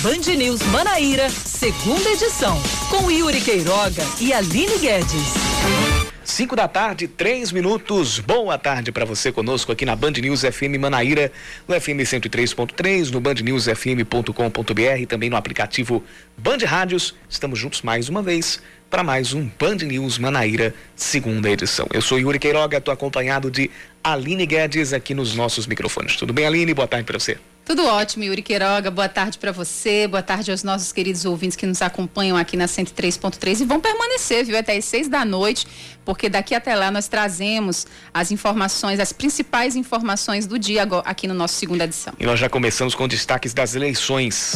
Band News Manaíra, segunda edição, com Yuri Queiroga e Aline Guedes. 5h03. Boa tarde para você conosco aqui na Band News FM Manaíra, no FM 103.3, no bandnewsfm.com.br e também no aplicativo Band Rádios. Estamos juntos mais uma vez para mais um Band News Manaíra, segunda edição. Eu sou Yuri Queiroga, estou acompanhado de Aline Guedes aqui nos nossos microfones. Tudo bem, Aline? Boa tarde para você. Tudo ótimo, Yuri Queiroga. Boa tarde para você, boa tarde aos nossos queridos ouvintes que nos acompanham aqui na 103.3 e vão permanecer, viu, até as 6h, porque daqui até lá nós trazemos as informações, as principais informações do dia aqui no nosso segunda edição. E nós já começamos com destaques das eleições.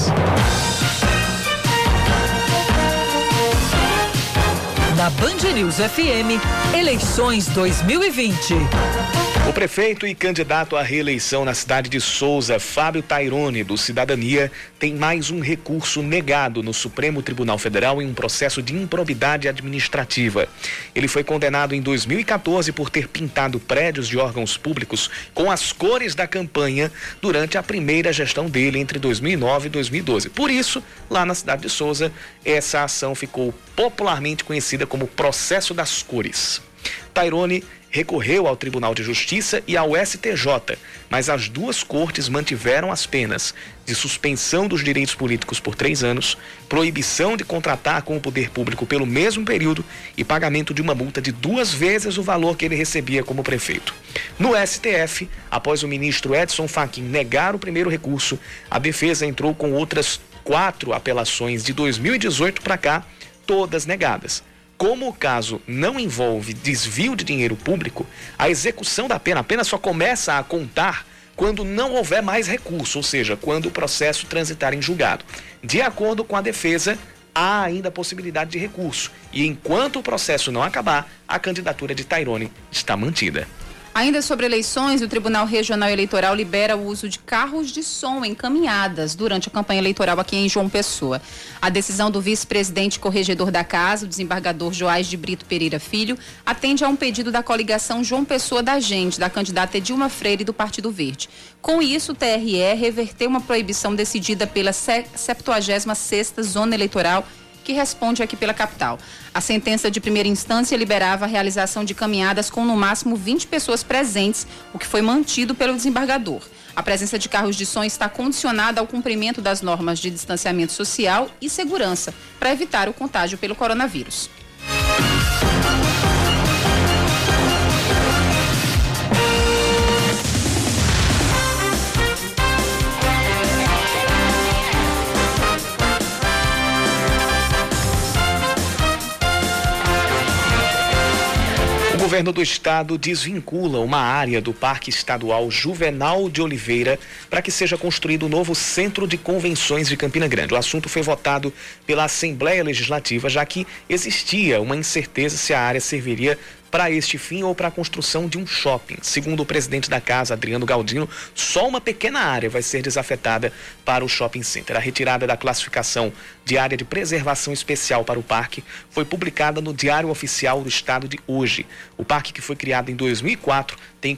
Na Band News FM, eleições 2020. O prefeito e candidato à reeleição na cidade de Souza, Fábio Taironi, do Cidadania, tem mais um recurso negado no Supremo Tribunal Federal em um processo de improbidade administrativa. Ele foi condenado em 2014 por ter pintado prédios de órgãos públicos com as cores da campanha durante a primeira gestão dele entre 2009 e 2012. Por isso, lá na cidade de Souza, essa ação ficou popularmente conhecida como Processo das Cores. Taironi recorreu ao Tribunal de Justiça e ao STJ, mas as duas cortes mantiveram as penas de suspensão dos direitos políticos por 3 anos, proibição de contratar com o poder público pelo mesmo período e pagamento de uma multa de 2 vezes o valor que ele recebia como prefeito. No STF, após o ministro Edson Fachin negar o primeiro recurso, a defesa entrou com outras 4 apelações de 2018 para cá, todas negadas. Como o caso não envolve desvio de dinheiro público, a execução da pena apenas só começa a contar quando não houver mais recurso, ou seja, quando o processo transitar em julgado. De acordo com a defesa, há ainda a possibilidade de recurso. E enquanto o processo não acabar, a candidatura de Taironi está mantida. Ainda sobre eleições, o Tribunal Regional Eleitoral libera o uso de carros de som em caminhadas durante a campanha eleitoral aqui em João Pessoa. A decisão do vice-presidente corregedor da casa, o desembargador Joás de Brito Pereira Filho, atende a um pedido da coligação João Pessoa da Gente, da candidata Edilma Freire do Partido Verde. Com isso, o TRE reverteu uma proibição decidida pela 76ª Zona Eleitoral, que responde aqui pela capital. A sentença de primeira instância liberava a realização de caminhadas com no máximo 20 pessoas presentes, o que foi mantido pelo desembargador. A presença de carros de som está condicionada ao cumprimento das normas de distanciamento social e segurança, para evitar o contágio pelo coronavírus. O governo do estado desvincula uma área do Parque Estadual Juvenal de Oliveira para que seja construído o novo Centro de Convenções de Campina Grande. O assunto foi votado pela Assembleia Legislativa, já que existia uma incerteza se a área serviria para este fim ou para a construção de um shopping. Segundo o presidente da casa, Adriano Galdino, só uma pequena área vai ser desafetada para o shopping center. A retirada da classificação de área de preservação especial para o parque foi publicada no Diário Oficial do Estado de hoje. O parque, que foi criado em 2004, tem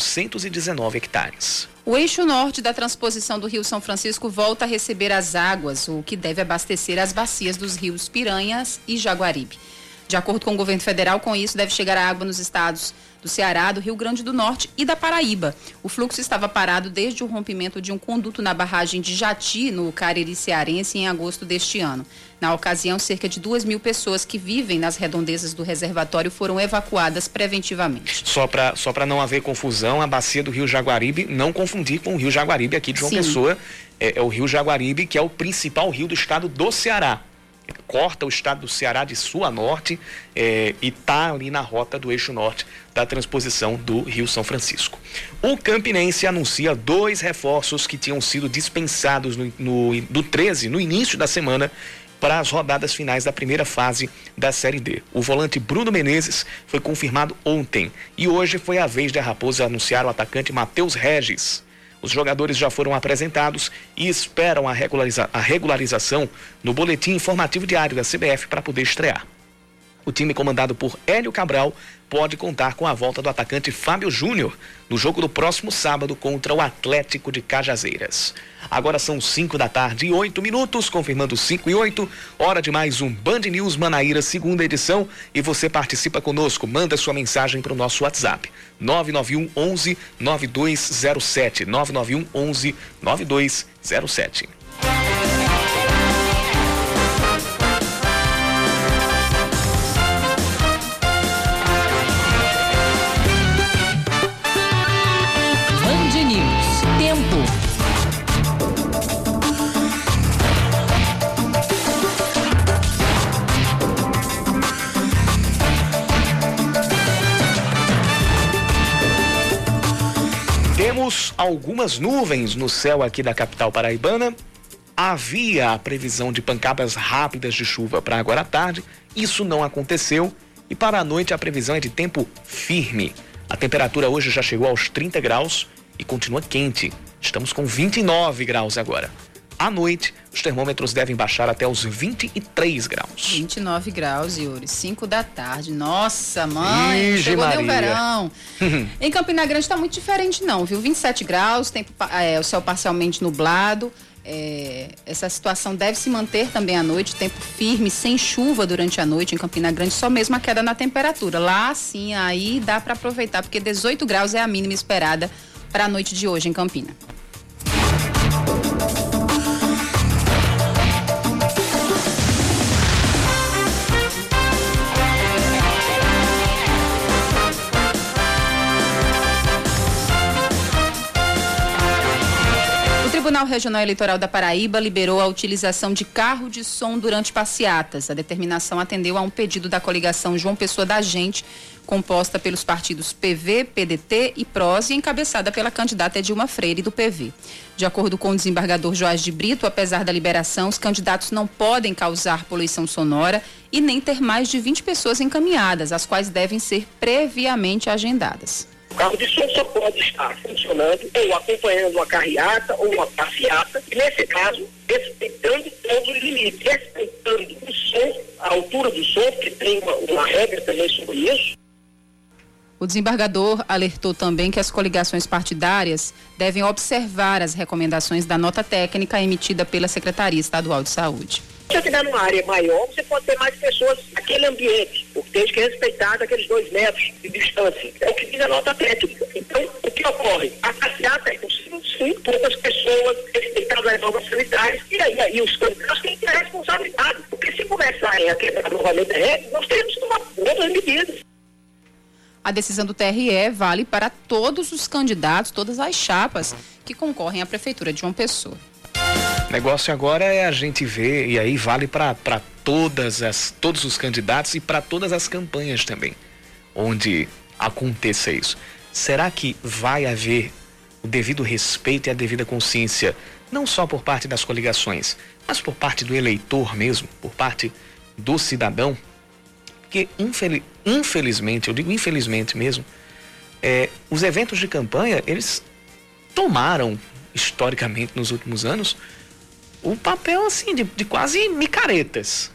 419 hectares. O eixo norte da transposição do Rio São Francisco volta a receber as águas, o que deve abastecer as bacias dos rios Piranhas e Jaguaribe. De acordo com o governo federal, com isso deve chegar a água nos estados do Ceará, do Rio Grande do Norte e da Paraíba. O fluxo estava parado desde o rompimento de um conduto na barragem de Jati, no Cariri Cearense, em agosto deste ano. Na ocasião, cerca de 2.000 pessoas que vivem nas redondezas do reservatório foram evacuadas preventivamente. Só para não haver confusão, a bacia do Rio Jaguaribe, não confundir com o Rio Jaguaribe aqui de João Pessoa, é o Rio Jaguaribe, que é o principal rio do estado do Ceará. Corta o estado do Ceará de sul a norte e está ali na rota do eixo norte da transposição do Rio São Francisco. O Campinense anuncia 2 reforços que tinham sido dispensados do 13, no início da semana, para as rodadas finais da primeira fase da Série D. O volante Bruno Menezes foi confirmado ontem e hoje foi a vez da Raposa anunciar o atacante Matheus Regis. Os jogadores já foram apresentados e esperam a regularização no boletim informativo diário da CBF para poder estrear. O time comandado por Hélio Cabral pode contar com a volta do atacante Fábio Júnior no jogo do próximo sábado contra o Atlético de Cajazeiras. Agora são 5h08, confirmando 5h08, hora de mais um Band News Manaíra, segunda edição, e você participa conosco, manda sua mensagem para o nosso WhatsApp, 991 11 9207, 991 11 9207. Temos algumas nuvens no céu aqui da capital paraibana. Havia a previsão de pancadas rápidas de chuva para agora à tarde. Isso não aconteceu. E para a noite a previsão é de tempo firme. A temperatura hoje já chegou aos 30 graus e continua quente. Estamos com 29 graus agora. À noite, os termômetros devem baixar até os 23 graus. 29 graus, Yuri, 5 da tarde. Nossa, mãe, chegou nem o verão. Em Campina Grande está muito diferente não, viu? 27 graus, o céu parcialmente nublado. Essa situação deve se manter também à noite, tempo firme, sem chuva durante a noite em Campina Grande, só mesmo a queda na temperatura. Lá sim, aí dá para aproveitar, porque 18 graus é a mínima esperada para a noite de hoje em Campina. O Tribunal Regional Eleitoral da Paraíba liberou a utilização de carro de som durante passeatas. A determinação atendeu a um pedido da coligação João Pessoa da Gente, composta pelos partidos PV, PDT e PROS e encabeçada pela candidata Edilma Freire do PV. De acordo com o desembargador Joás de Brito, apesar da liberação, os candidatos não podem causar poluição sonora e nem ter mais de 20 pessoas encaminhadas, as quais devem ser previamente agendadas. O carro de som só pode estar funcionando ou acompanhando uma carreata ou uma passeata, e nesse caso, respeitando todos os limites, respeitando o som, a altura do som, que tem uma regra também sobre isso. O desembargador alertou também que as coligações partidárias devem observar as recomendações da nota técnica emitida pela Secretaria Estadual de Saúde. Se você estiver numa área maior, você pode ter mais pessoas naquele ambiente, porque tem que respeitar aqueles 2 metros de distância. É o que diz a nota técnica. Então, o que ocorre? A passeata é possível, sim, poucas pessoas, respeitando as normas sanitárias, e aí os candidatos têm que ter responsabilidade, porque se começarem a quebrar novamente a regra, nós teremos que tomar outras medidas. A decisão do TRE vale para todos os candidatos, todas as chapas que concorrem à Prefeitura de João Pessoa. O negócio agora é a gente ver, e aí vale para todos os candidatos e para todas as campanhas também, onde aconteça isso. Será que vai haver o devido respeito e a devida consciência, não só por parte das coligações, mas por parte do eleitor mesmo, por parte do cidadão? Porque infelizmente, eu digo infelizmente mesmo, os eventos de campanha, eles tomaram, historicamente nos últimos anos, o papel assim de quase micaretas,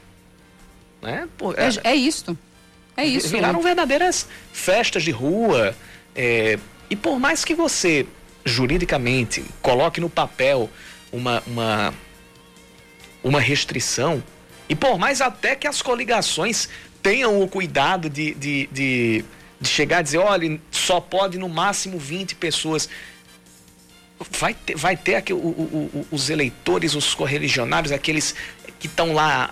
né? É isso. Viraram verdadeiras festas de rua, e por mais que você juridicamente coloque no papel uma restrição, e por mais até que as coligações tenham o cuidado de chegar a dizer, olha, só pode no máximo 20 pessoas. Vai ter aqui os eleitores, os correligionários, aqueles que estão lá,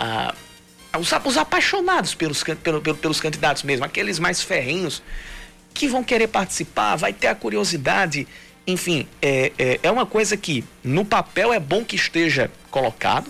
os apaixonados pelos candidatos mesmo, aqueles mais ferrenhos, que vão querer participar, vai ter a curiosidade. Enfim, é uma coisa que no papel é bom que esteja colocado,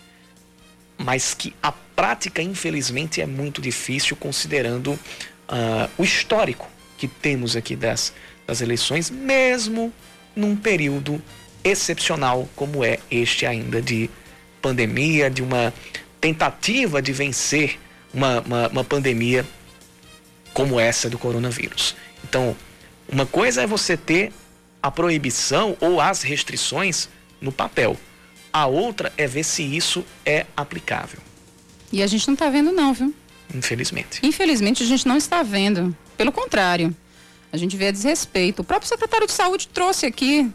mas que a prática, infelizmente, é muito difícil, considerando o histórico que temos aqui das eleições, mesmo num período excepcional como é este ainda de pandemia, de uma tentativa de vencer uma pandemia como essa do coronavírus. Então, uma coisa é você ter a proibição ou as restrições no papel. A outra é ver se isso é aplicável. E a gente não está vendo não, viu? Infelizmente. Infelizmente a gente não está vendo. Pelo contrário, a gente vê a desrespeito. O próprio secretário de Saúde trouxe aqui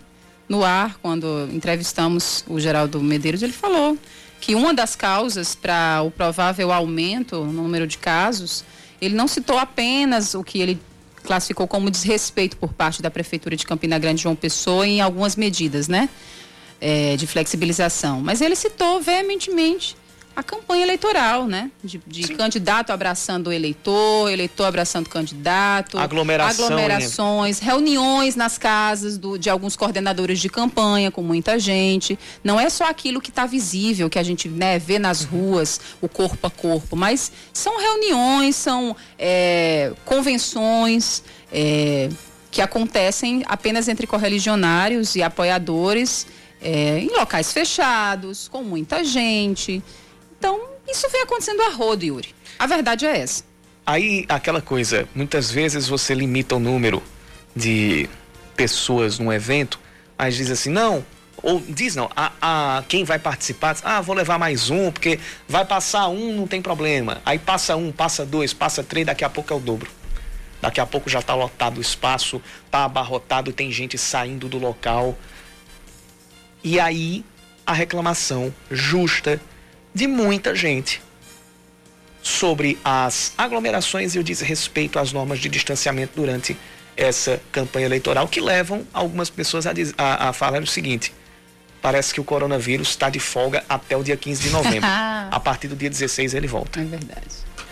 no ar, quando entrevistamos o Geraldo Medeiros, ele falou que uma das causas para o provável aumento no número de casos, ele não citou apenas o que ele classificou como desrespeito por parte da Prefeitura de Campina Grande, João Pessoa, em algumas medidas, né, de flexibilização. Mas ele citou veementemente a campanha eleitoral, né? De candidato abraçando o eleitor abraçando o candidato. Aglomerações, reuniões nas casas de alguns coordenadores de campanha com muita gente. Não é só aquilo que está visível, que a gente, né, vê nas ruas, o corpo a corpo, mas são reuniões, são convenções que acontecem apenas entre correligionários e apoiadores em locais fechados, com muita gente. Então, isso vem acontecendo a rodo, Yuri. A verdade é essa. Aí, aquela coisa, muitas vezes você limita o número de pessoas num evento, mas diz assim, não, ou diz não, quem vai participar, vou levar mais um, porque vai passar um, não tem problema. Aí passa um, passa dois, passa três, daqui a pouco é o dobro. Daqui a pouco já está lotado o espaço, está abarrotado, tem gente saindo do local. E aí, a reclamação justa de muita gente sobre as aglomerações e o desrespeito às normas de distanciamento durante essa campanha eleitoral, que levam algumas pessoas a falar o seguinte: parece que o coronavírus está de folga até o dia 15 de novembro. A partir do dia 16 ele volta. É verdade.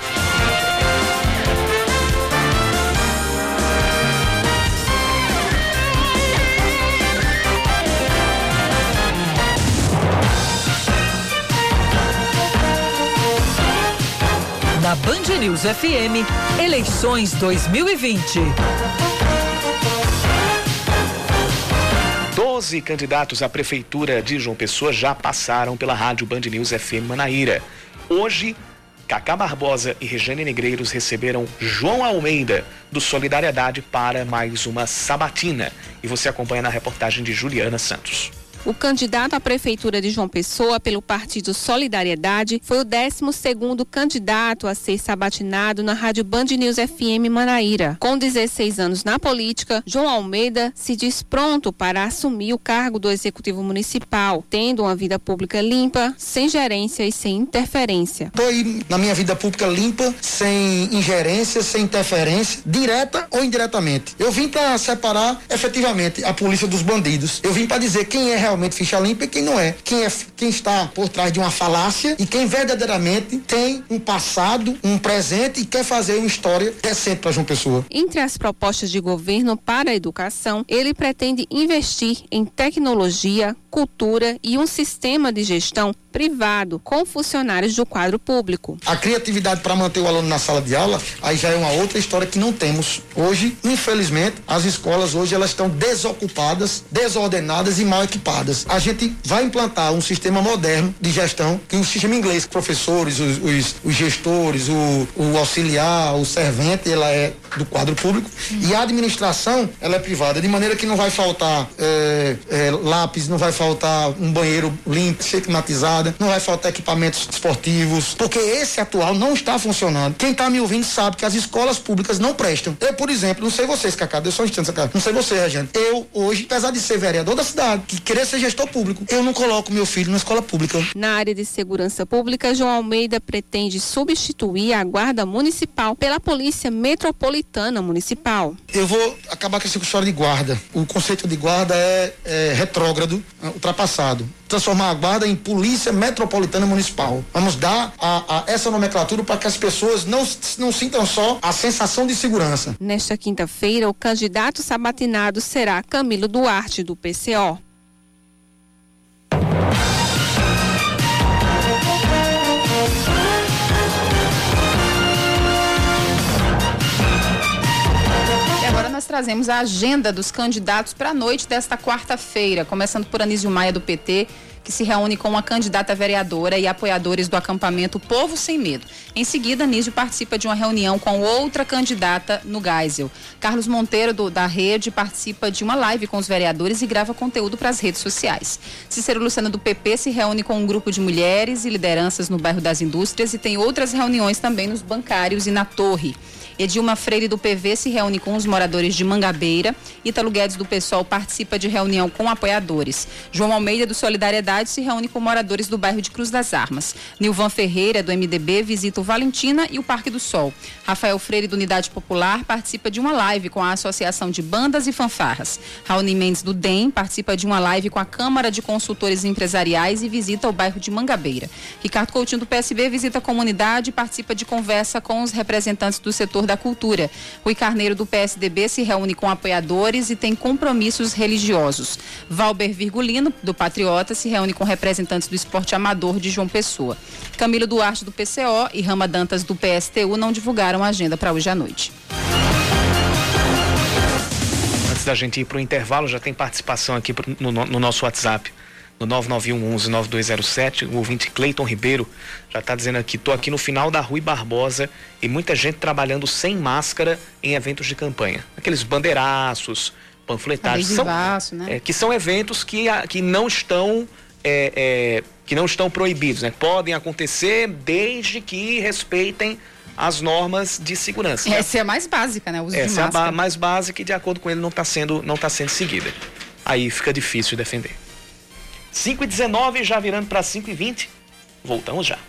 Na Band News FM, eleições 2020. 12 candidatos à Prefeitura de João Pessoa já passaram pela rádio Band News FM Manaíra. Hoje, Cacá Barbosa e Regiane Negreiros receberam João Almeida, do Solidariedade, para mais uma sabatina. E você acompanha na reportagem de Juliana Santos. O candidato à Prefeitura de João Pessoa pelo Partido Solidariedade foi o 12º candidato a ser sabatinado na rádio Band News FM Manaíra. Com 16 anos na política, João Almeida se diz pronto para assumir o cargo do Executivo Municipal, tendo uma vida pública limpa, sem gerência e sem interferência. Estou aí na minha vida pública limpa, sem ingerência, sem interferência, direta ou indiretamente. Eu vim para separar efetivamente a polícia dos bandidos. Eu vim para dizer quem é realmente ficha limpa e quem não é. Quem está por trás de uma falácia e quem verdadeiramente tem um passado, um presente e quer fazer uma história decente para João Pessoa. Entre as propostas de governo para a educação, ele pretende investir em tecnologia, cultura e um sistema de gestão privado com funcionários do quadro público. A criatividade para manter o aluno na sala de aula, aí já é uma outra história que não temos. Hoje, infelizmente, as escolas hoje elas estão desocupadas, desordenadas e mal equipadas. A gente vai implantar um sistema moderno de gestão, que o sistema inglês, professores, os gestores, o auxiliar, o servente, ela é do quadro público e a administração, ela é privada, de maneira que não vai faltar lápis, não vai faltar um banheiro limpo, climatizado, não vai faltar equipamentos esportivos, porque esse atual não está funcionando. Quem está me ouvindo sabe que as escolas públicas não prestam. Eu, por exemplo, não sei vocês, Cacá, eu sou um instante, Cacá, não sei você, Regiane. Eu, hoje, apesar de ser vereador da cidade, que querer ser gestor público, eu não coloco meu filho na escola pública. Na área de segurança pública, João Almeida pretende substituir a Guarda Municipal pela Polícia Metropolitana Municipal. Eu vou acabar com essa história de guarda. O conceito de guarda é retrógrado, ultrapassado. Transformar a guarda em Polícia Metropolitana Municipal. Vamos dar a essa nomenclatura para que as pessoas não sintam só a sensação de segurança. Nesta quinta-feira, o candidato sabatinado será Camilo Duarte, do PCO. Nós trazemos a agenda dos candidatos para a noite desta quarta-feira, começando por Anísio Maia, do PT, que se reúne com uma candidata vereadora e apoiadores do acampamento Povo Sem Medo. Em seguida, Anísio participa de uma reunião com outra candidata no Geisel. Carlos Monteiro, da Rede, participa de uma live com os vereadores e grava conteúdo para as redes sociais. Cícero Lucena, do PP, se reúne com um grupo de mulheres e lideranças no bairro das Indústrias e tem outras reuniões também nos bancários e na Torre. Edilma Freire do PV se reúne com os moradores de Mangabeira. Ítalo Guedes do PSOL participa de reunião com apoiadores. João Almeida do Solidariedade se reúne com moradores do bairro de Cruz das Armas. Nilvan Ferreira do MDB visita o Valentina e o Parque do Sol. Rafael Freire do Unidade Popular participa de uma live com a Associação de Bandas e Fanfarras. Raoni Mendes do DEM participa de uma live com a Câmara de Consultores Empresariais e visita o bairro de Mangabeira. Ricardo Coutinho do PSB visita a comunidade e participa de conversa com os representantes do setor da cultura. Rui Carneiro do PSDB se reúne com apoiadores e tem compromissos religiosos. Valber Virgulino do Patriota se reúne com representantes do esporte amador de João Pessoa. Camilo Duarte do PCO e Rama Dantas do PSTU não divulgaram a agenda para hoje à noite. Antes da gente ir para o intervalo, já tem participação aqui no nosso WhatsApp, no 991119207, o ouvinte Cleiton Ribeiro já está dizendo aqui: estou aqui no final da Rui Barbosa e muita gente trabalhando sem máscara em eventos de campanha. Aqueles bandeiraços, panfletagens, que são eventos que não estão proibidos, né? Podem acontecer desde que respeitem as normas de segurança. Essa é a mais básica, né? O uso de máscara. Essa é a mais básica e, de acordo com ele, não está sendo seguida. Aí fica difícil de defender. 5h19, já virando para 5h20. Voltamos já.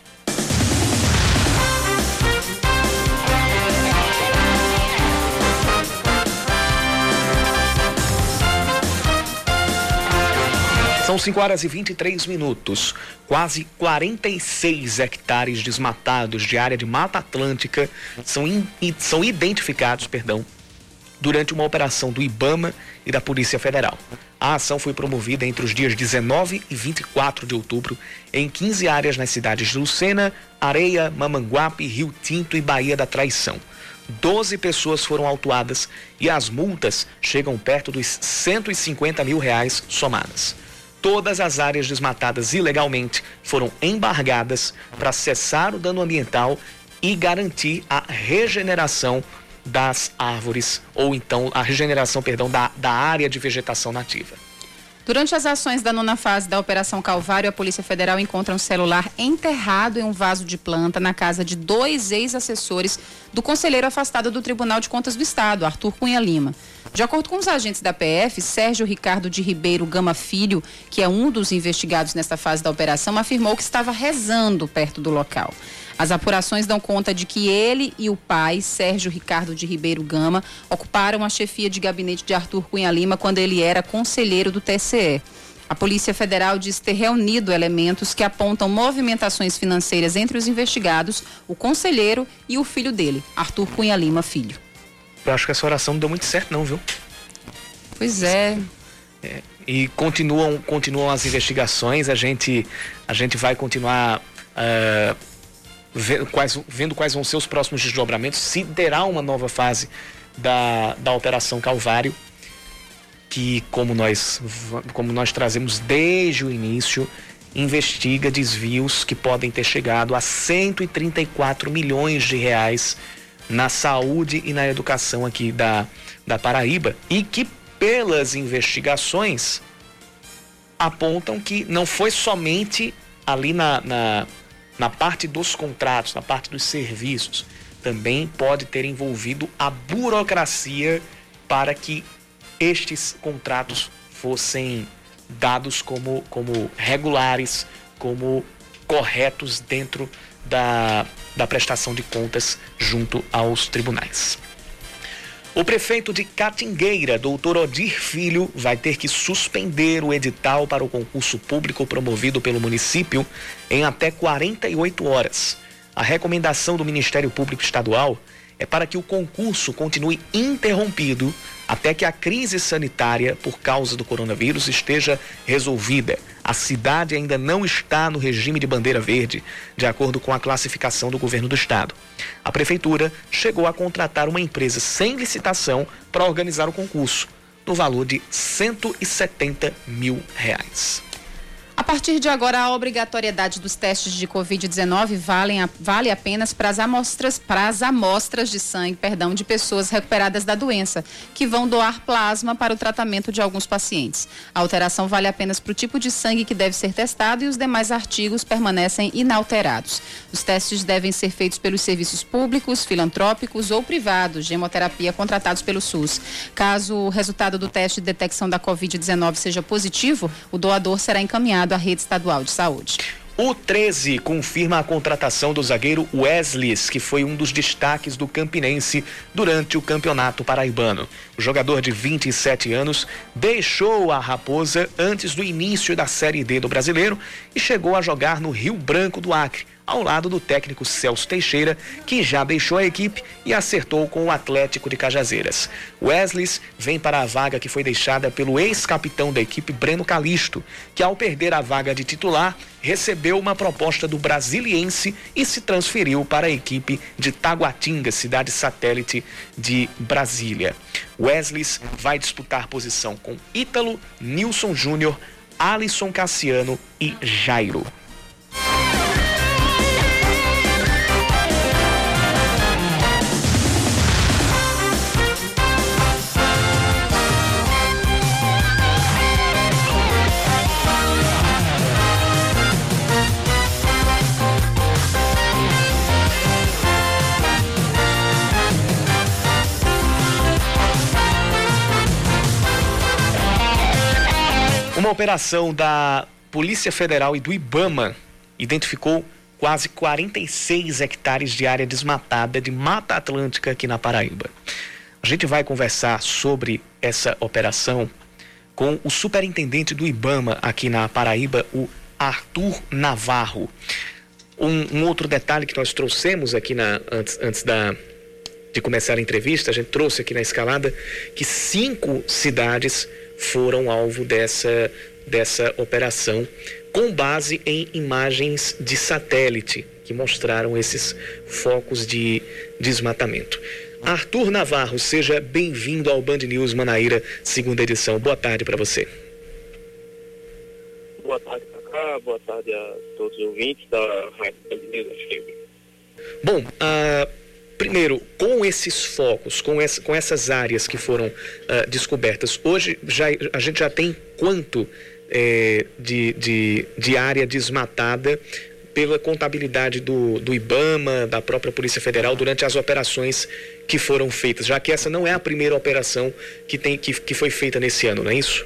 São 5h23. Quase 46 hectares desmatados de área de Mata Atlântica são identificados, durante uma operação do IBAMA e da Polícia Federal. A ação foi promovida entre os dias 19 e 24 de outubro em 15 áreas nas cidades de Lucena, Areia, Mamanguape, Rio Tinto e Baía da Traição. 12 pessoas foram autuadas e as multas chegam perto dos R$150 mil somadas. Todas as áreas desmatadas ilegalmente foram embargadas para cessar o dano ambiental e garantir a regeneração das árvores, ou então a regeneração, da área de vegetação nativa. Durante as ações da 9ª fase da Operação Calvário, a Polícia Federal encontra um celular enterrado em um vaso de planta na casa de 2 ex-assessores do conselheiro afastado do Tribunal de Contas do Estado, Arthur Cunha Lima. De acordo com os agentes da PF, Sérgio Ricardo de Ribeiro Gama Filho, que é um dos investigados nesta fase da operação, afirmou que estava rezando perto do local. As apurações dão conta de que ele e o pai, Sérgio Ricardo de Ribeiro Gama, ocuparam a chefia de gabinete de Arthur Cunha Lima quando ele era conselheiro do TCE. A Polícia Federal diz ter reunido elementos que apontam movimentações financeiras entre os investigados, o conselheiro e o filho dele, Arthur Cunha Lima Filho. Eu acho que essa oração não deu muito certo não, viu? Pois é. E continuam as investigações, a gente vai continuar vendo quais vão ser os próximos desdobramentos, se terá uma nova fase da Operação Calvário, que, como nós trazemos desde o início, investiga desvios que podem ter chegado a R$134 milhões na saúde e na educação aqui da Paraíba, e que, pelas investigações, apontam que não foi somente ali na parte dos contratos, na parte dos serviços, também pode ter envolvido a burocracia para que estes contratos fossem dados como regulares, como corretos dentro da prestação de contas junto aos tribunais. O prefeito de Catingueira, doutor Odir Filho, vai ter que suspender o edital para o concurso público promovido pelo município em até 48 horas. A recomendação do Ministério Público Estadual é para que o concurso continue interrompido até que a crise sanitária por causa do coronavírus esteja resolvida. A cidade ainda não está no regime de bandeira verde, de acordo com a classificação do governo do estado. A prefeitura chegou a contratar uma empresa sem licitação para organizar o concurso, no valor de R$170 mil. A partir de agora, a obrigatoriedade dos testes de Covid-19 vale apenas para as amostras de sangue, de pessoas recuperadas da doença, que vão doar plasma para o tratamento de alguns pacientes. A alteração vale apenas para o tipo de sangue que deve ser testado e os demais artigos permanecem inalterados. Os testes devem ser feitos pelos serviços públicos, filantrópicos ou privados de hemoterapia contratados pelo SUS. Caso o resultado do teste de detecção da Covid-19 seja positivo, o doador será encaminhado à rede estadual de saúde. O 13 confirma a contratação do zagueiro Wesley, que foi um dos destaques do Campinense durante o Campeonato Paraibano. O jogador de 27 anos deixou a Raposa antes do início da Série D do Brasileiro e chegou a jogar no Rio Branco do Acre, ao lado do técnico Celso Teixeira, que já deixou a equipe e acertou com o Atlético de Cajazeiras. Wesley vem para a vaga que foi deixada pelo ex-capitão da equipe, Breno Calixto, que ao perder a vaga de titular, recebeu uma proposta do Brasiliense e se transferiu para a equipe de Taguatinga, cidade satélite de Brasília. Wesley vai disputar posição com Ítalo, Nilson Júnior, Alisson Cassiano e Jairo. Uma operação da Polícia Federal e do IBAMA identificou quase 46 hectares de área desmatada de Mata Atlântica aqui na Paraíba. A gente vai conversar sobre essa operação com o superintendente do IBAMA aqui na Paraíba, o Arthur Navarro. Um outro detalhe que nós trouxemos aqui antes de começar a entrevista, a gente trouxe aqui na escalada que 5 cidades foram alvo dessa operação, com base em imagens de satélite que mostraram esses focos de desmatamento. Arthur Navarro, seja bem-vindo ao Band News Manaíra, segunda edição. Boa tarde para você. Boa tarde, Cacá. Boa tarde a todos os ouvintes da Rádio Band News FM. Bom, primeiro, com esses focos, com essas áreas que foram descobertas, hoje a gente já tem quanto de área desmatada pela contabilidade do IBAMA, da própria Polícia Federal, durante as operações que foram feitas, já que essa não é a primeira operação que foi feita nesse ano, não é isso?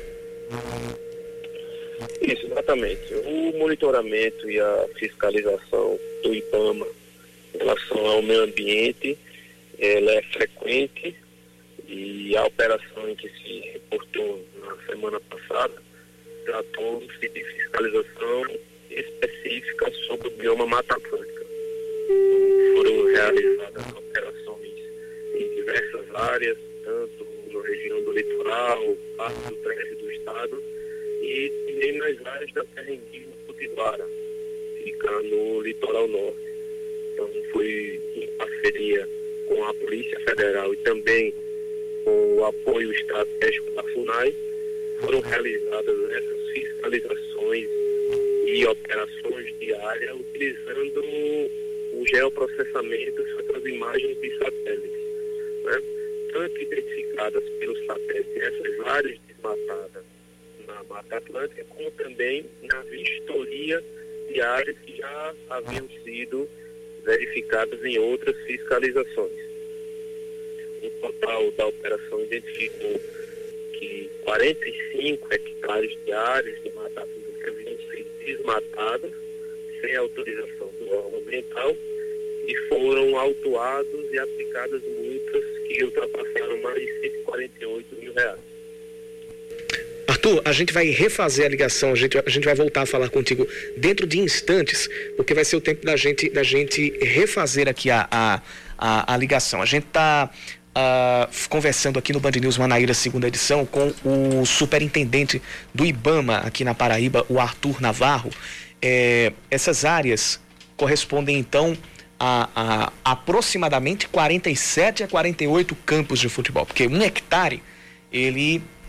Isso, exatamente. O monitoramento e a fiscalização do IBAMA em relação ao meio ambiente, ela é frequente, e a operação em que se reportou na semana passada tratou-se de fiscalização específica sobre o bioma Mata Atlântica. Foram realizadas operações em diversas áreas, tanto na região do litoral, parte do trecho do estado, e também nas áreas da terra indígena Potiguara, fica no litoral norte. Então foi em parceria com a Polícia Federal e também com o apoio estratégico da FUNAI, foram realizadas essas fiscalizações e operações diárias utilizando o geoprocessamento das imagens de satélites, né? Tanto identificadas pelos satélites essas áreas desmatadas na Mata Atlântica, como também na vistoria de áreas que já haviam sido verificadas em outras fiscalizações. O total da operação identificou que 45 hectares de áreas de Mata Atlântica haviam sido desmatadas sem autorização do órgão ambiental e foram autuados e aplicadas multas que ultrapassaram mais de R$148 mil. Arthur, a gente vai refazer a ligação, a gente vai voltar a falar contigo dentro de instantes, porque vai ser o tempo da gente refazer aqui a ligação. A gente está conversando aqui no Band News Manaíra, segunda edição, com o superintendente do IBAMA aqui na Paraíba, o Arthur Navarro. Essas áreas correspondem então a aproximadamente 47 a 48 campos de futebol, porque 1 hectare ele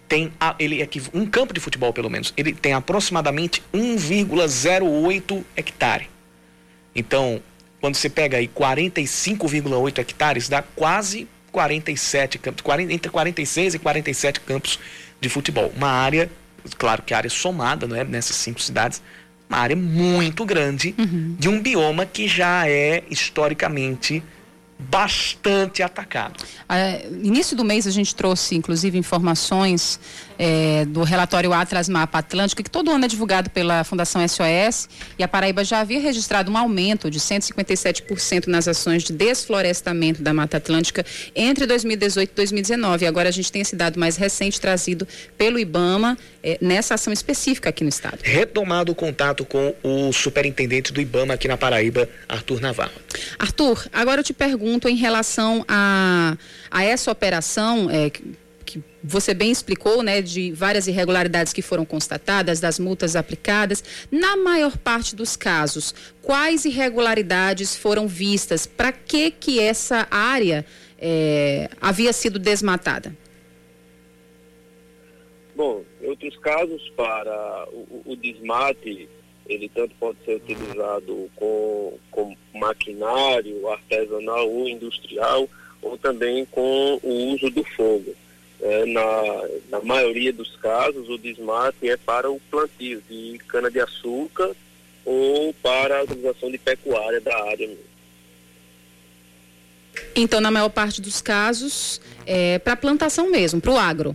tem um campo de futebol, pelo menos, ele tem aproximadamente 1,08 hectare. Então, quando você pega aí 45,8 hectares, dá quase 47 campos, entre 46 e 47 campos de futebol. Uma área, claro que a área somada, não é, nessas 5 cidades, uma área muito grande, de um bioma que já é historicamente bastante atacado. Início do mês a gente trouxe, inclusive, informações do relatório Atlas Mapa Atlântico, que todo ano é divulgado pela Fundação SOS, e a Paraíba já havia registrado um aumento de 157% nas ações de desflorestamento da Mata Atlântica entre 2018 e 2019. E agora a gente tem esse dado mais recente trazido pelo IBAMA nessa ação específica aqui no estado. Retomado o contato com o superintendente do IBAMA aqui na Paraíba, Arthur Navarro. Arthur, agora eu te pergunto em relação a essa operação que você bem explicou, né, de várias irregularidades que foram constatadas, das multas aplicadas. Na maior parte dos casos, quais irregularidades foram vistas? Para que essa área havia sido desmatada? Bom, em outros casos, para o desmate, ele tanto pode ser utilizado com maquinário artesanal ou industrial, ou também com o uso do fogo. Na maioria dos casos, o desmate é para o plantio de cana-de-açúcar ou para a utilização de pecuária da área mesmo. Então, na maior parte dos casos, é para plantação mesmo, para o agro.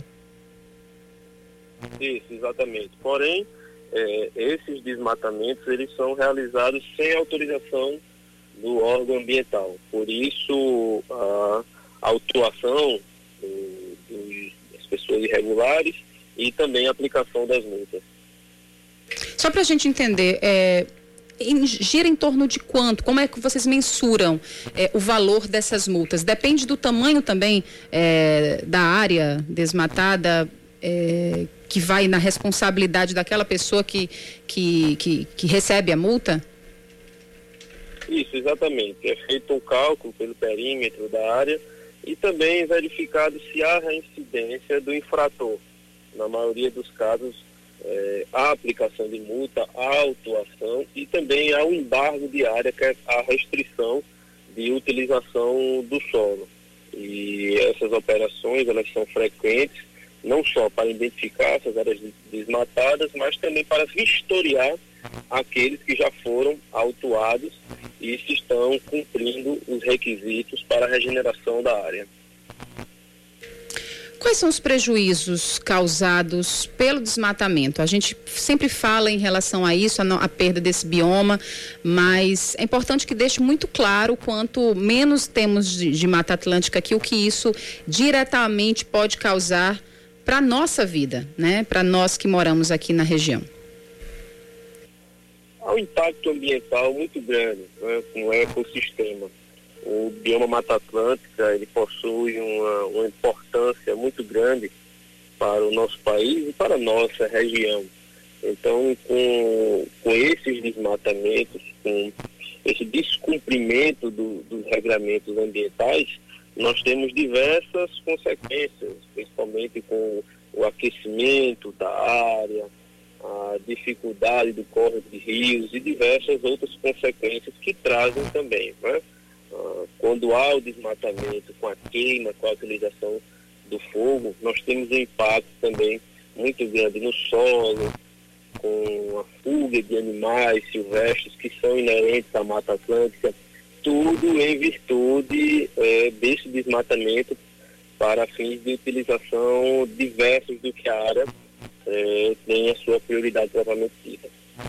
Isso, exatamente. Porém, esses desmatamentos, eles são realizados sem autorização do órgão ambiental. Por isso, a autuação das pessoas irregulares e também a aplicação das multas. Só para a gente entender, gira em torno de quanto? Como é que vocês mensuram o valor dessas multas? Depende do tamanho também da área desmatada, que vai na responsabilidade daquela pessoa que recebe a multa? Isso, exatamente. É feito um cálculo pelo perímetro da área e também verificado se há reincidência do infrator. Na maioria dos casos, há aplicação de multa, há autuação e também há um embargo de área, que é a restrição de utilização do solo. E essas operações, elas são frequentes, não só para identificar essas áreas desmatadas, mas também para vistoriar aqueles que já foram autuados e se estão cumprindo os requisitos para a regeneração da área. Quais são os prejuízos causados pelo desmatamento? A gente sempre fala em relação a isso, a perda desse bioma, mas é importante que deixe muito claro quanto menos temos de Mata Atlântica aqui, o que isso diretamente pode causar para a nossa vida, né? Para nós que moramos aqui na região. Há um impacto ambiental muito grande, né, no ecossistema. O bioma Mata Atlântica, ele possui uma importância muito grande para o nosso país e para a nossa região. Então, com esses desmatamentos, com esse descumprimento dos regramentos ambientais, nós temos diversas consequências, principalmente com o aquecimento da área, a dificuldade do córrego de rios e diversas outras consequências que trazem também, né? Quando há o desmatamento, com a queima, com a utilização do fogo, nós temos um impacto também muito grande no solo, com a fuga de animais silvestres que são inerentes à Mata Atlântica, tudo em virtude desse desmatamento para fins de utilização diversos do que a área tem a sua prioridade propriamente dita.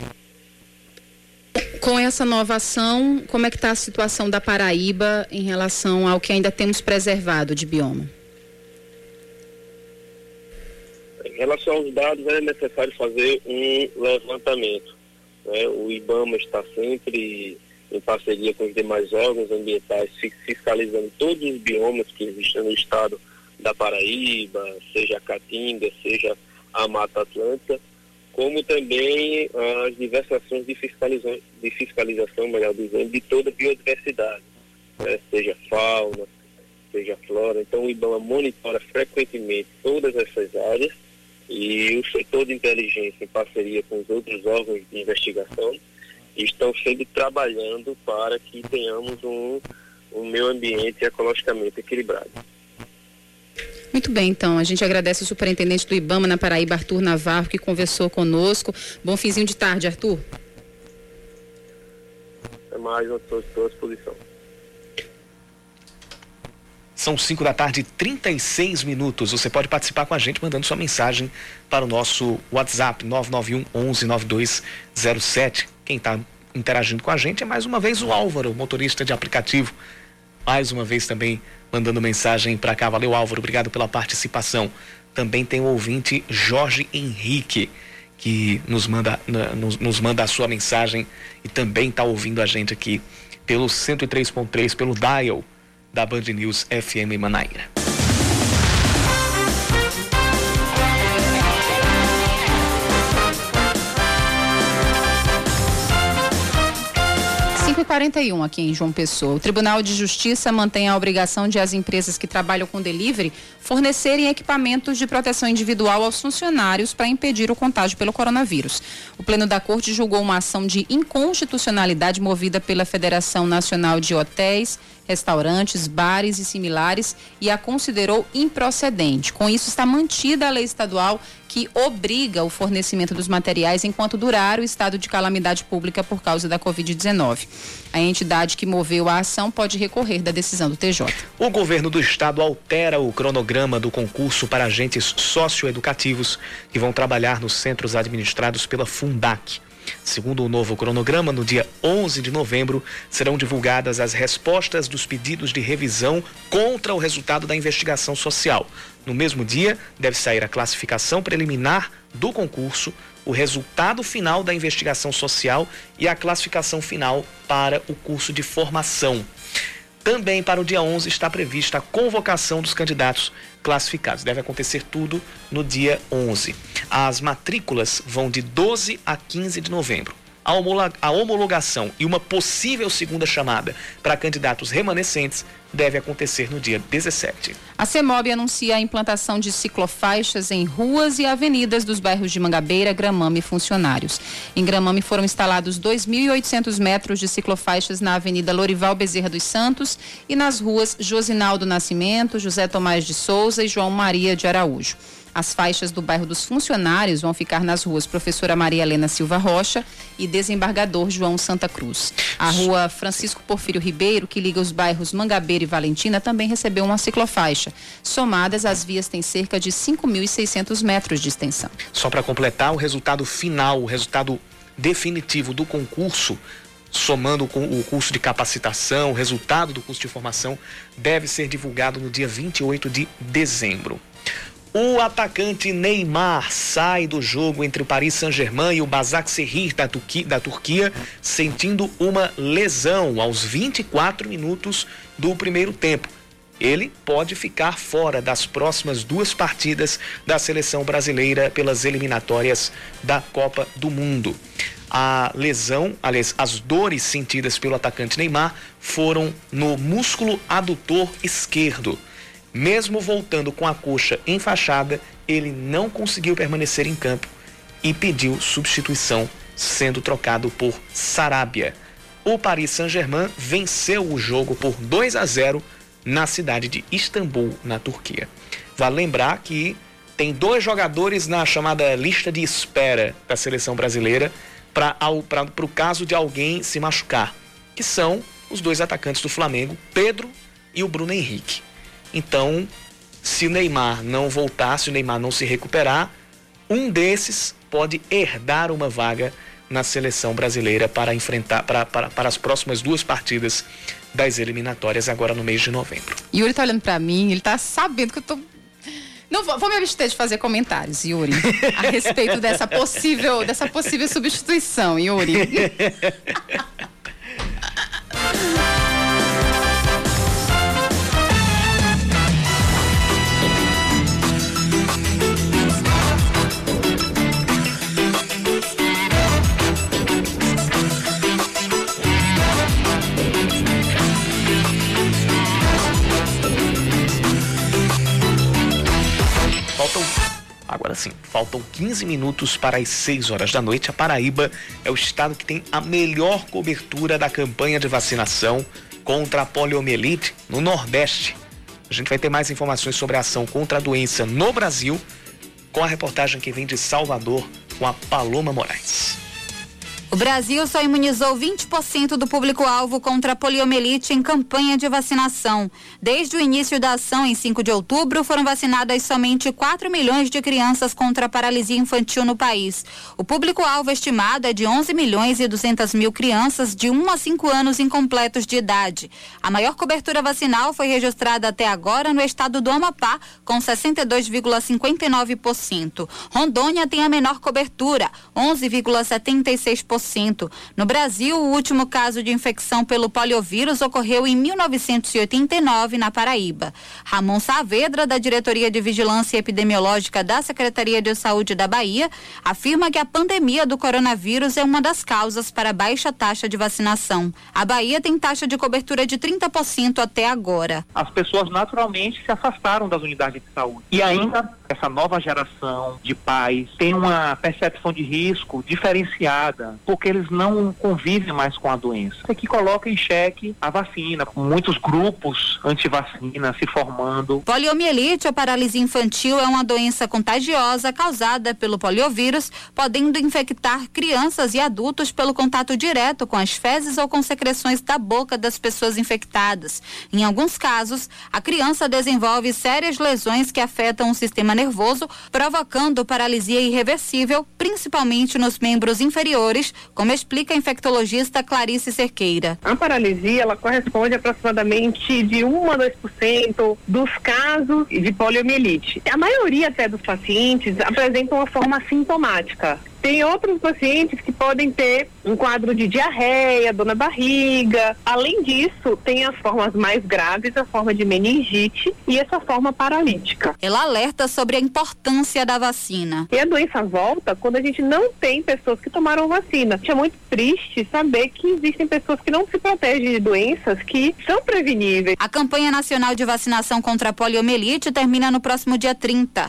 Com essa nova ação, como é que está a situação da Paraíba em relação ao que ainda temos preservado de bioma? Em relação aos dados, é necessário fazer um levantamento, né? O IBAMA está sempre em parceria com os demais órgãos ambientais, fiscalizando todos os biomas que existem no estado da Paraíba, seja a Caatinga, seja a Mata Atlântica, como também as diversas ações de fiscalização, melhor dizendo, de toda a biodiversidade, né? Seja fauna, seja flora. Então o IBAMA monitora frequentemente todas essas áreas e o setor de inteligência, em parceria com os outros órgãos de investigação, estão sempre trabalhando para que tenhamos um meio ambiente ecologicamente equilibrado. Muito bem, então, a gente agradece o superintendente do IBAMA na Paraíba, Arthur Navarro, que conversou conosco. Bom finzinho de tarde, Arthur. É mais, eu estou à sua disposição. São 5h36. Você pode participar com a gente mandando sua mensagem para o nosso WhatsApp 991 11 9207. Quem está interagindo com a gente é mais uma vez o Álvaro, motorista de aplicativo. Mais uma vez também mandando mensagem para cá. Valeu, Álvaro, obrigado pela participação. Também tem o ouvinte Jorge Henrique, que nos manda a sua mensagem e também está ouvindo a gente aqui pelo 103.3, pelo dial da Band News FM Manaíra. e 41 aqui em João Pessoa. O Tribunal de Justiça mantém a obrigação de as empresas que trabalham com delivery fornecerem equipamentos de proteção individual aos funcionários para impedir o contágio pelo coronavírus. O Pleno da Corte julgou uma ação de inconstitucionalidade movida pela Federação Nacional de Hotéis, Restaurantes, Bares e similares e a considerou improcedente. Com isso, está mantida a lei estadual que obriga o fornecimento dos materiais enquanto durar o estado de calamidade pública por causa da Covid-19. A entidade que moveu a ação pode recorrer da decisão do TJ. O governo do estado altera o cronograma do concurso para agentes socioeducativos que vão trabalhar nos centros administrados pela Fundac. Segundo o novo cronograma, no dia 11 de novembro, serão divulgadas as respostas dos pedidos de revisão contra o resultado da investigação social. No mesmo dia, deve sair a classificação preliminar do concurso, o resultado final da investigação social e a classificação final para o curso de formação. Também para o dia 11 está prevista a convocação dos candidatos classificados. Deve acontecer tudo no dia 11. As matrículas vão de 12 a 15 de novembro. A homologação e uma possível segunda chamada para candidatos remanescentes deve acontecer no dia 17. A CEMOB anuncia a implantação de ciclofaixas em ruas e avenidas dos bairros de Mangabeira, Gramame e Funcionários. Em Gramame foram instalados 2.800 metros de ciclofaixas na Avenida Lorival Bezerra dos Santos e nas ruas Josinaldo Nascimento, José Tomás de Souza e João Maria de Araújo. As faixas do bairro dos Funcionários vão ficar nas ruas Professora Maria Helena Silva Rocha e Desembargador João Santa Cruz. A rua Francisco Porfírio Ribeiro, que liga os bairros Mangabeira e Valentina, também recebeu uma ciclofaixa. Somadas, as vias têm cerca de 5.600 metros de extensão. Só para completar, o resultado final, o resultado definitivo do concurso, somando com o curso de capacitação, o resultado do curso de formação, deve ser divulgado no dia 28 de dezembro. O atacante Neymar sai do jogo entre o Paris Saint-Germain e o Başakşehir da Turquia, sentindo uma lesão aos 24 minutos do primeiro tempo. Ele pode ficar fora das próximas 2 partidas da seleção brasileira pelas eliminatórias da Copa do Mundo. A lesão, aliás, as dores sentidas pelo atacante Neymar foram no músculo adutor esquerdo. Mesmo voltando com a coxa enfaixada, ele não conseguiu permanecer em campo e pediu substituição, sendo trocado por Sarabia. O Paris Saint-Germain venceu o jogo por 2-0 na cidade de Istambul, na Turquia. Vale lembrar que tem 2 jogadores na chamada lista de espera da seleção brasileira para o caso de alguém se machucar, que são os 2 atacantes do Flamengo, Pedro e o Bruno Henrique. Então, se o Neymar não voltar, se o Neymar não se recuperar, um desses pode herdar uma vaga na seleção brasileira para enfrentar para as próximas 2 partidas das eliminatórias agora no mês de novembro. Yuri tá olhando para mim, ele tá sabendo que eu tô... Não vou me abster de fazer comentários, Yuri, a respeito dessa possível substituição, Yuri. Agora sim, faltam 15 minutos para as 6 horas da noite. A Paraíba é o estado que tem a melhor cobertura da campanha de vacinação contra a poliomielite no Nordeste. A gente vai ter mais informações sobre a ação contra a doença no Brasil com a reportagem que vem de Salvador com a Paloma Moraes. O Brasil só imunizou 20% do público-alvo contra a poliomielite em campanha de vacinação. Desde o início da ação, em 5 de outubro, foram vacinadas somente 4 milhões de crianças contra a paralisia infantil no país. O público-alvo estimado é de 11 milhões e 200 mil crianças de 1 a 5 anos incompletos de idade. A maior cobertura vacinal foi registrada até agora no estado do Amapá, com 62,59%. Rondônia tem a menor cobertura, 11,76%. No Brasil, o último caso de infecção pelo poliovírus ocorreu em 1989, na Paraíba. Ramon Saavedra, da Diretoria de Vigilância Epidemiológica da Secretaria de Saúde da Bahia, afirma que a pandemia do coronavírus é uma das causas para a baixa taxa de vacinação. A Bahia tem taxa de cobertura de 30% até agora. As pessoas naturalmente se afastaram das unidades de saúde. E ainda essa nova geração de pais tem uma percepção de risco diferenciada, porque eles não convivem mais com a doença. Isso aqui coloca em xeque a vacina, com muitos grupos anti-vacina se formando. Poliomielite ou paralisia infantil é uma doença contagiosa causada pelo poliovírus, podendo infectar crianças e adultos pelo contato direto com as fezes ou com secreções da boca das pessoas infectadas. Em alguns casos, a criança desenvolve sérias lesões que afetam o sistema nervoso, provocando paralisia irreversível, principalmente nos membros inferiores, como explica a infectologista Clarice Cerqueira. A paralisia, ela corresponde a aproximadamente de 1 a 2% dos casos de poliomielite. A maioria até dos pacientes apresentam uma forma assintomática. Tem outros pacientes que podem ter um quadro de diarreia, dor na barriga. Além disso, tem as formas mais graves, a forma de meningite e essa forma paralítica. Ela alerta sobre a importância da vacina. E a doença volta quando a gente não tem pessoas que tomaram vacina. É muito triste saber que existem pessoas que não se protegem de doenças que são preveníveis. A campanha nacional de vacinação contra a poliomielite termina no próximo dia 30.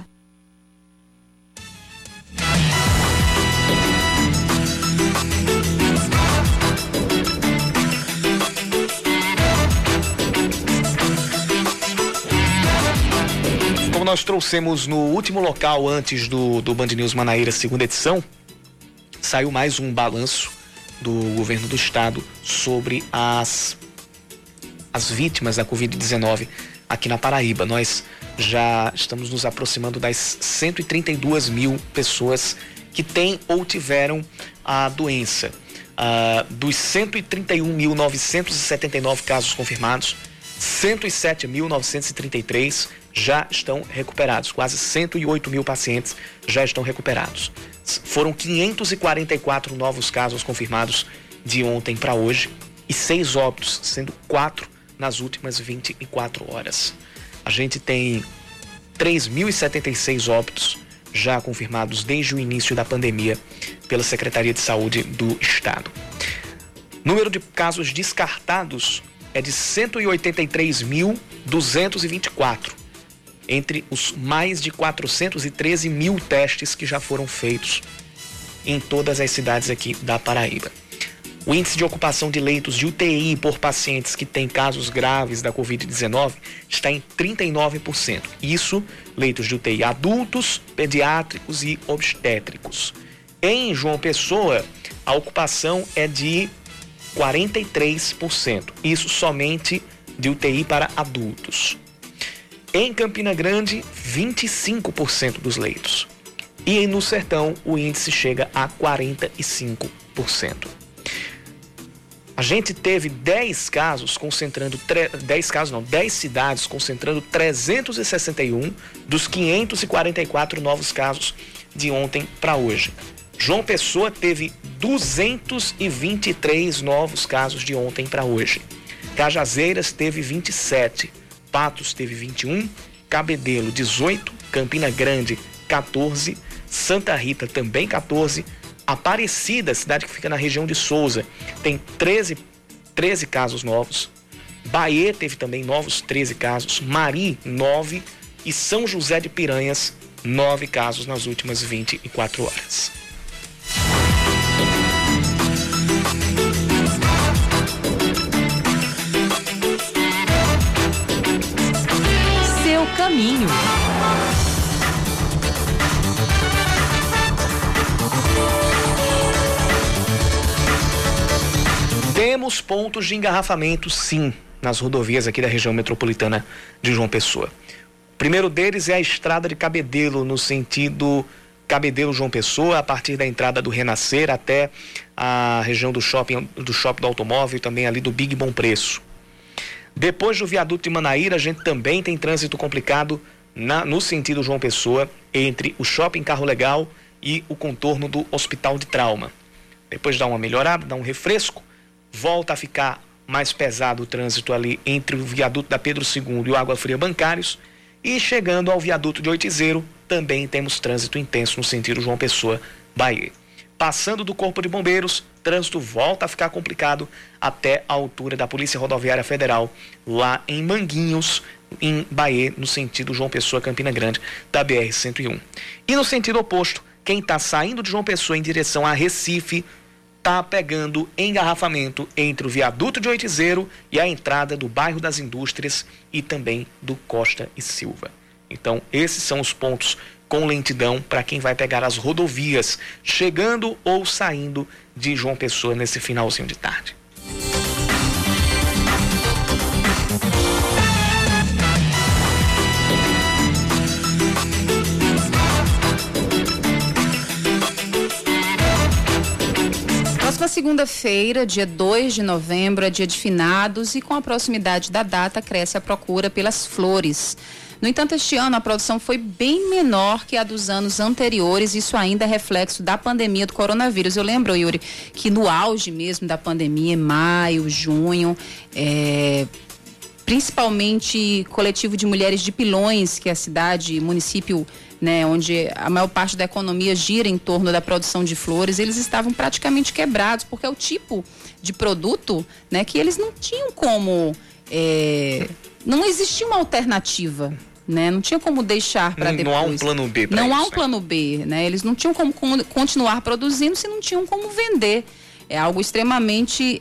Como nós trouxemos no último local antes do Band News Manaíra, segunda edição, saiu mais um balanço do governo do estado sobre as vítimas da Covid-19 aqui na Paraíba. Nós já estamos nos aproximando das 132 mil pessoas que têm ou tiveram a doença. Dos 131.979 casos confirmados, 107.933 já estão recuperados. Quase 108 mil pacientes já estão recuperados. Foram 544 novos casos confirmados de ontem para hoje e 6 óbitos, sendo 4 nas últimas 24 horas. A gente tem 3.076 óbitos já confirmados desde o início da pandemia pela Secretaria de Saúde do Estado. Número de casos descartados é de 183.224, entre os mais de 413 mil testes que já foram feitos em todas as cidades aqui da Paraíba. O índice de ocupação de leitos de UTI por pacientes que têm casos graves da Covid-19 está em 39%. Isso, leitos de UTI adultos, pediátricos e obstétricos. Em João Pessoa, a ocupação é de 43%. Isso somente de UTI para adultos. Em Campina Grande, 25% dos leitos. E no Sertão, o índice chega a 45%. A gente teve 10 cidades concentrando 361 dos 544 novos casos de ontem para hoje. João Pessoa teve 223 novos casos de ontem para hoje. Cajazeiras teve 27, Patos teve 21, Cabedelo 18, Campina Grande 14, Santa Rita também 14, Aparecida, cidade que fica na região de Souza, tem 13 casos novos. Bahia teve também novos 13 casos, Mari 9 e São José de Piranhas 9 casos nas últimas 24 horas. Seu caminho. Temos pontos de engarrafamento, sim, nas rodovias aqui da região metropolitana de João Pessoa. O primeiro deles é a estrada de Cabedelo, no sentido Cabedelo-João Pessoa, a partir da entrada do Renascer até a região do shopping do automóvel e também ali do Big Bom Preço. Depois do viaduto de Manaíra, a gente também tem trânsito complicado no sentido João Pessoa, entre o shopping Carro Legal e o contorno do Hospital de Trauma. Depois dá uma melhorada, dá um refresco, volta a ficar mais pesado o trânsito ali entre o viaduto da Pedro II e o Água Fria Bancários, e chegando ao viaduto de Oitizeiro, também temos trânsito intenso no sentido João Pessoa, Bahia. Passando do Corpo de Bombeiros, trânsito volta a ficar complicado até a altura da Polícia Rodoviária Federal, lá em Manguinhos, em Bahia, no sentido João Pessoa, Campina Grande, da BR-101. E no sentido oposto, quem está saindo de João Pessoa em direção a Recife, está pegando engarrafamento entre o viaduto de Oitizeiro e a entrada do bairro das Indústrias e também do Costa e Silva. Então, esses são os pontos com lentidão para quem vai pegar as rodovias, chegando ou saindo de João Pessoa nesse finalzinho de tarde. Próxima segunda-feira, dia 2 de novembro, é dia de finados e com a proximidade da data cresce a procura pelas flores. No entanto, este ano a produção foi bem menor que a dos anos anteriores, isso ainda é reflexo da pandemia do coronavírus. Eu lembro, Yuri, que no auge mesmo da pandemia, em maio, junho, principalmente coletivo de mulheres de Pilões, que é a cidade, município, né, onde a maior parte da economia gira em torno da produção de flores, eles estavam praticamente quebrados, porque é o tipo de produto, né, que eles não tinham como, não existia uma alternativa, né, não tinha como deixar para depois. Não há um plano B para isso. Não há um né? plano B, né, eles não tinham como continuar produzindo se não tinham como vender. É algo extremamente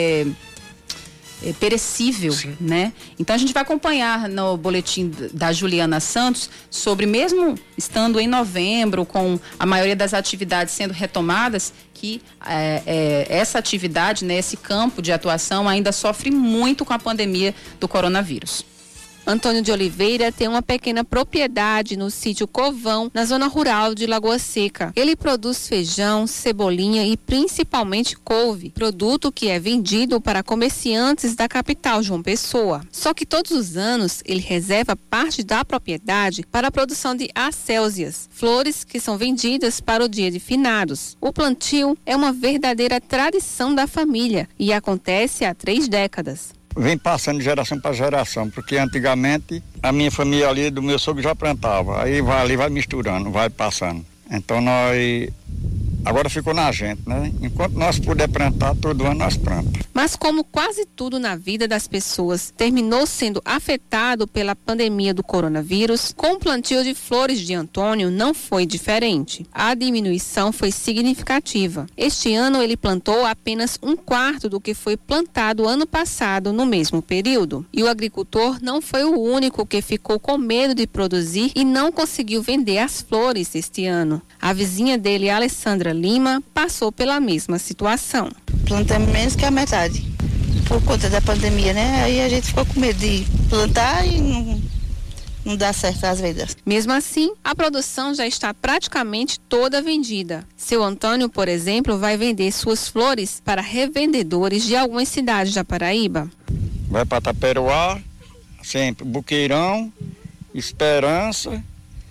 perecível, sim, né? Então a gente vai acompanhar no boletim da Juliana Santos sobre, mesmo estando em novembro, com a maioria das atividades sendo retomadas, que essa atividade, né, esse campo de atuação ainda sofre muito com a pandemia do coronavírus. Antônio de Oliveira tem uma pequena propriedade no sítio Covão, na zona rural de Lagoa Seca. Ele produz feijão, cebolinha e principalmente couve, produto que é vendido para comerciantes da capital, João Pessoa. Só que todos os anos ele reserva parte da propriedade para a produção de acéusias, flores que são vendidas para o dia de finados. O plantio é uma verdadeira tradição da família e acontece há 3 décadas. Vem passando de geração para geração, porque antigamente a minha família ali do meu sogro já plantava, aí vai misturando, vai passando. Então agora ficou na gente, né? Enquanto nós puder plantar, todo ano nós plantamos. Mas como quase tudo na vida das pessoas terminou sendo afetado pela pandemia do coronavírus, com o plantio de flores de Antônio não foi diferente. A diminuição foi significativa. Este ano ele plantou apenas 1/4 do que foi plantado ano passado no mesmo período. E o agricultor não foi o único que ficou com medo de produzir e não conseguiu vender as flores este ano. A vizinha dele, Alessandra Lima, passou pela mesma situação. Plantamos menos que a metade, por conta da pandemia, né? Aí a gente ficou com medo de plantar e não dá certo as vendas. Mesmo assim, a produção já está praticamente toda vendida. Seu Antônio, por exemplo, vai vender suas flores para revendedores de algumas cidades da Paraíba. Vai para Taperoá, sempre Buqueirão, Esperança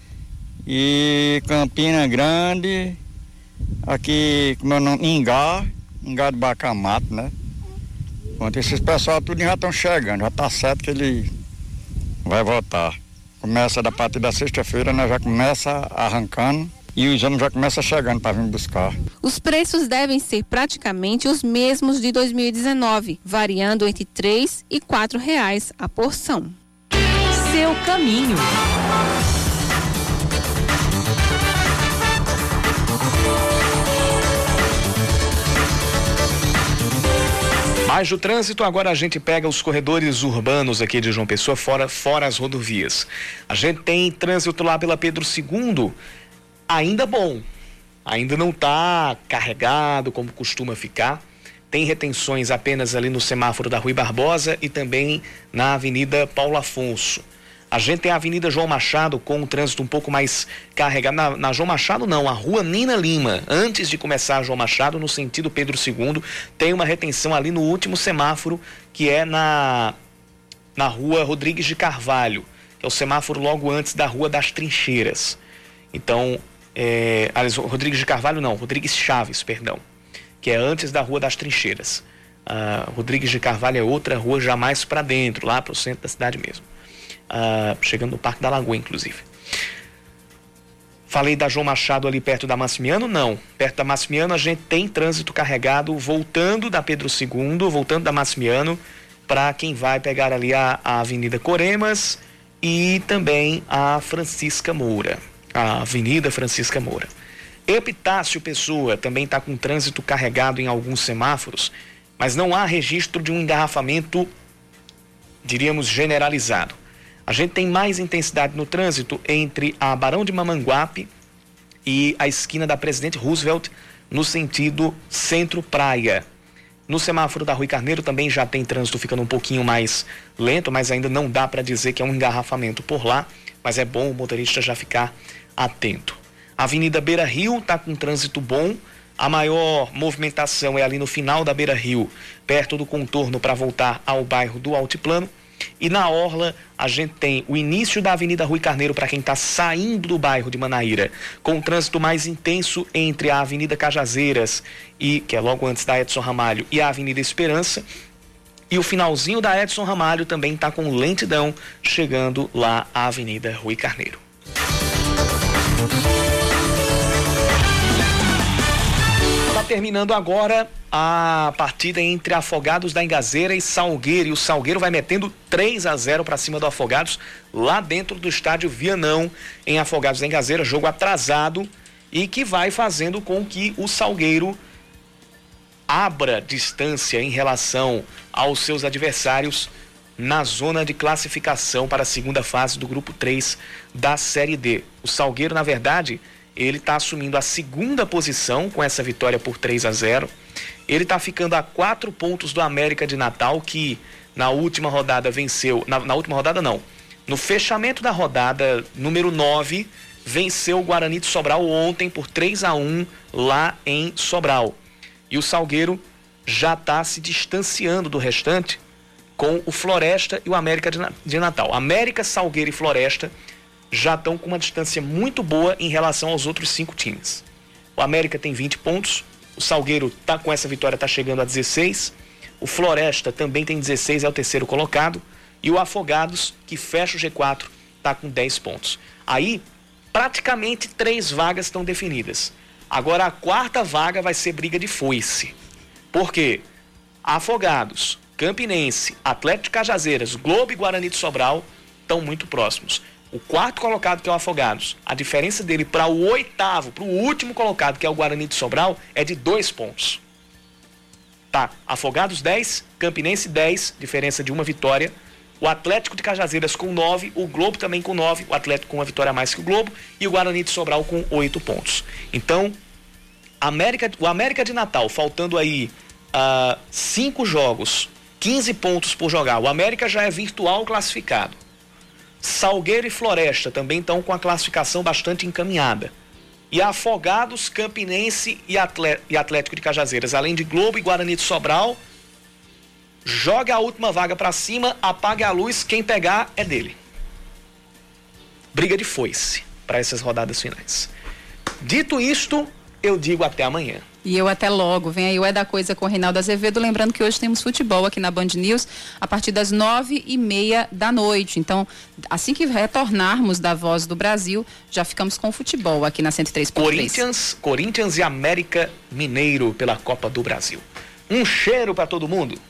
e Campina Grande, aqui, como é o nome, Ingá do Bacamato, né? Bom, esses pessoal tudo já estão chegando, já está certo que ele vai voltar. Começa da partir da sexta-feira, nós já começa arrancando e os homens já começam chegando para vir buscar. Os preços devem ser praticamente os mesmos de 2019, variando entre R$3 e R$4 a porção. Seu caminho. Mais do trânsito, agora a gente pega os corredores urbanos aqui de João Pessoa, fora as rodovias. A gente tem trânsito lá pela Pedro II, ainda bom, ainda não está carregado como costuma ficar. Tem retenções apenas ali no semáforo da Rui Barbosa e também na Avenida Paulo Afonso. A gente tem a Avenida João Machado com o trânsito um pouco mais carregado. Na João Machado não, a Rua Nina Lima, antes de começar a João Machado, no sentido Pedro II, tem uma retenção ali no último semáforo, que é na Rua Rodrigues de Carvalho, que é o semáforo logo antes da Rua das Trincheiras. Então, Rodrigues de Carvalho não, Rodrigues Chaves, perdão, que é antes da Rua das Trincheiras. Rodrigues de Carvalho é outra rua já mais para dentro, lá para o centro da cidade mesmo. Chegando no Parque da Lagoa, inclusive. Falei da João Machado ali perto da Massimiano? Não. Perto da Massimiano a gente tem trânsito carregado voltando da Pedro II, voltando da Massimiano, para quem vai pegar ali a Avenida Coremas e também a Francisca Moura. A Avenida Francisca Moura. Epitácio Pessoa também está com trânsito carregado em alguns semáforos, mas não há registro de um engarrafamento, diríamos, generalizado. A gente tem mais intensidade no trânsito entre a Barão de Mamanguape e a esquina da Presidente Roosevelt, no sentido centro-praia. No semáforo da Rui Carneiro também já tem trânsito ficando um pouquinho mais lento, mas ainda não dá para dizer que é um engarrafamento por lá, mas é bom o motorista já ficar atento. A Avenida Beira Rio está com trânsito bom. A maior movimentação é ali no final da Beira Rio, perto do contorno para voltar ao bairro do Altiplano. E na Orla a gente tem o início da Avenida Rui Carneiro para quem está saindo do bairro de Manaíra, com um trânsito mais intenso entre a Avenida Cajazeiras, que é logo antes da Edson Ramalho, e a Avenida Esperança. E o finalzinho da Edson Ramalho também está com lentidão, chegando lá à Avenida Rui Carneiro. Está terminando agora a partida entre Afogados da Engazeira e Salgueiro. E o Salgueiro vai metendo 3-0 para cima do Afogados, lá dentro do estádio Vianão, em Afogados da Engazeira. Jogo atrasado e que vai fazendo com que o Salgueiro abra distância em relação aos seus adversários na zona de classificação para a segunda fase do grupo 3 da Série D. O Salgueiro, na verdade, ele está assumindo a segunda posição com essa vitória por 3-0. Ele está ficando a 4 pontos do América de Natal, que na última rodada venceu, na última rodada não, no fechamento da rodada número 9, venceu o Guarani de Sobral ontem por 3-1 lá em Sobral. E o Salgueiro já está se distanciando do restante com o Floresta e o América de Natal. América, Salgueiro e Floresta já estão com uma distância muito boa em relação aos outros 5 times. O América tem 20 pontos, o Salgueiro com essa vitória está chegando a 16, o Floresta também tem 16, é o terceiro colocado, e o Afogados, que fecha o G4, está com 10 pontos. Aí, praticamente 3 vagas estão definidas. Agora a 4ª vaga vai ser briga de foice. Por quê? Afogados, Campinense, Atlético de Cajazeiras, Globo e Guarani de Sobral estão muito próximos. O 4º colocado, que é o Afogados, a diferença dele para o 8º, para o último colocado, que é o Guarani de Sobral, é de 2 pontos. Tá, Afogados 10, Campinense 10, diferença de 1 vitória. O Atlético de Cajazeiras com 9, o Globo também com 9, o Atlético com 1 vitória a mais que o Globo, e o Guarani de Sobral com 8 pontos. Então, o América de Natal, faltando aí 5 jogos, 15 pontos por jogar, o América já é virtual classificado. Salgueiro e Floresta também estão com a classificação bastante encaminhada. E Afogados, Campinense e Atlético de Cajazeiras, além de Globo e Guarani de Sobral, joga a última vaga para cima, apague a luz, quem pegar é dele. Briga de foice para essas rodadas finais. Dito isto, eu digo até amanhã. E eu até logo. Vem aí o É da Coisa com o Reinaldo Azevedo. Lembrando que hoje temos futebol aqui na Band News a partir das 9:30 da noite. Então, assim que retornarmos da Voz do Brasil, já ficamos com o futebol aqui na 103.3. Corinthians e América Mineiro pela Copa do Brasil. Um cheiro para todo mundo.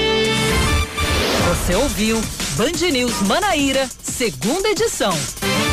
Você ouviu Band News Manaíra, segunda edição.